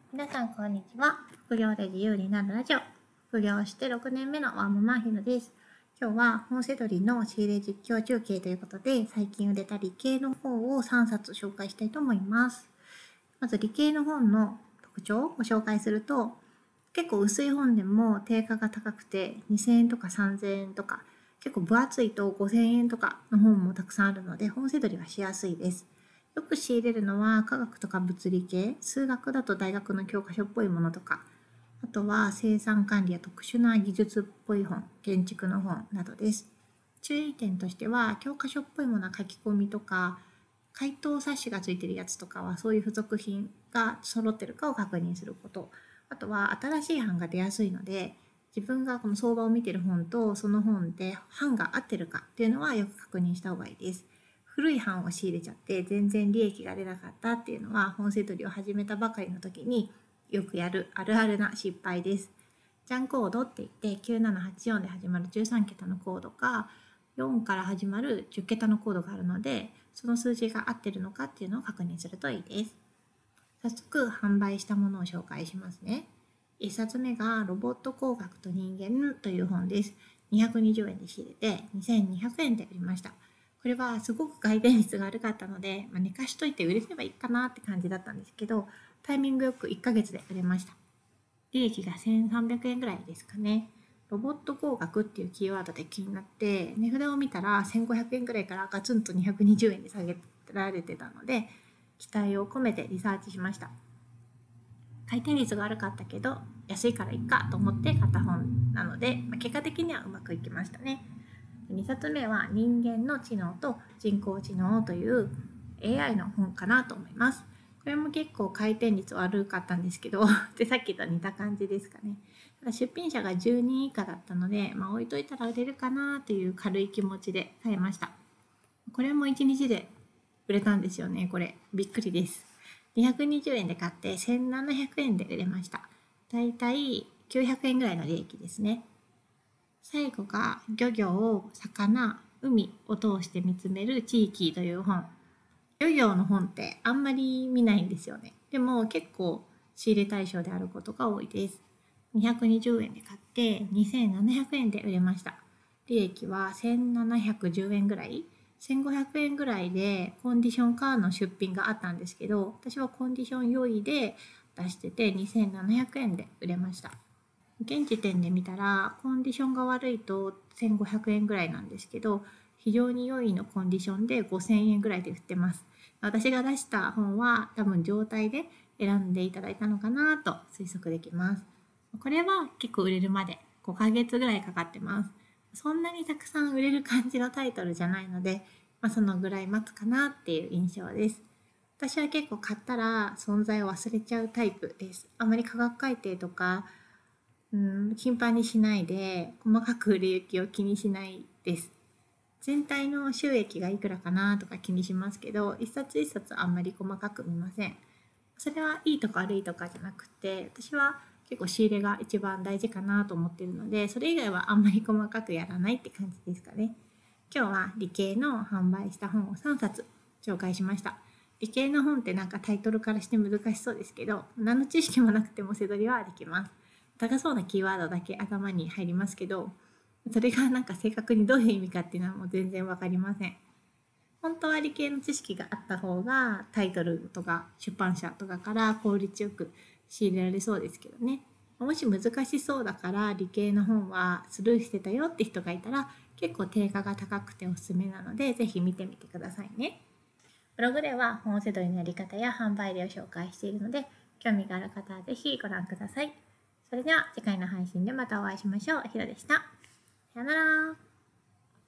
皆さんこんにちは。副業で自由になるラジオ。副業して6年目のワーママひろです。今日は本セドリの仕入れ実況中継ということで、最近売れた理系の本を3冊紹介したいと思います。まず理系の本の特徴をご紹介すると、結構薄い本でも定価が高くて2000円とか3000円とか、結構分厚いと5000円とかの本もたくさんあるので、本セドリはしやすいです。よく仕入れるのは科学とか物理系、数学だと大学の教科書っぽいものとか、あとは生産管理や特殊な技術っぽい本、建築の本などです。注意点としては、教科書っぽいものは書き込みとか、回答冊子がついてるやつとかはそういう付属品が揃ってるかを確認すること。あとは新しい版が出やすいので、自分がこの相場を見てる本とその本で版が合ってるかっていうのはよく確認した方がいいです。古い版を仕入れちゃって全然利益が出なかったっていうのは本セドリを始めたばかりの時によくやるあるあるな失敗です。ジャンコードって言って9784で始まる13桁のコードか4から始まる10桁のコードがあるので、その数字が合ってるのかっていうのを確認するといいです。早速販売したものを紹介しますね。1冊目がロボット工学と人間という本です。220円で仕入れて2200円で売りました。これはすごく回転率が悪かったので、寝かしといて売れればいいかなって感じだったんですけど、タイミングよく1ヶ月で売れました。利益が1300円ぐらいですかね。ロボット工学っていうキーワードで気になって値札を見たら1500円ぐらいからガツンと220円で下げられてたので、期待を込めてリサーチしました。回転率が悪かったけど安いからいいかと思って買った本なので、結果的にはうまくいきましたね。2冊目は人間の知能と人工知能という AI の本かなと思います。これも結構回転率悪かったんですけどでさっきと似た感じですかね。ただ出品者が10人以下だったので、置いといたら売れるかなという軽い気持ちで買いました。これも1日で売れたんですよね。これびっくりです。220円で買って1700円で売れました。だいたい900円ぐらいの利益ですね。最後が漁業、魚、海を通して見つめる地域という本。漁業の本ってあんまり見ないんですよね。でも結構仕入れ対象であることが多いです。220円で買って2700円で売れました。利益は1710円ぐらい。1500円ぐらいでコンディションカーの出品があったんですけど、私はコンディション良いで出してて2700円で売れました。現時点で見たらコンディションが悪いと1500円ぐらいなんですけど、非常に良いのコンディションで5000円ぐらいで売ってます。私が出した本は多分状態で選んでいただいたのかなと推測できます。これは結構売れるまで5ヶ月ぐらいかかってます。そんなにたくさん売れる感じのタイトルじゃないので、そのぐらい待つかなっていう印象です。私は結構買ったら存在を忘れちゃうタイプです。あまり価格改定とか頻繁にしないで細かく売れ行きを気にしないです。全体の収益がいくらかなとか気にしますけど、一冊一冊あんまり細かく見ません。それはいいとか悪いとかじゃなくて、私は結構仕入れが一番大事かなと思っているので、それ以外はあんまり細かくやらないって感じですかね。今日は理系の販売した本を3冊紹介しました。理系の本ってタイトルからして難しそうですけど、何の知識もなくても背取りはできます。高そうなキーワードだけ頭に入りますけど、それが正確にどういう意味かっていうのはもう全然わかりません。本当は理系の知識があった方がタイトルとか出版社とかから効率よく仕入れられそうですけどね。もし難しそうだから理系の本はスルーしてたよって人がいたら、結構定価が高くておすすめなのでぜひ見てみてくださいね。ブログでは本セドリのやり方や販売例を紹介しているので、興味がある方はぜひご覧ください。それでは次回の配信でまたお会いしましょう。ひろでした。さよなら。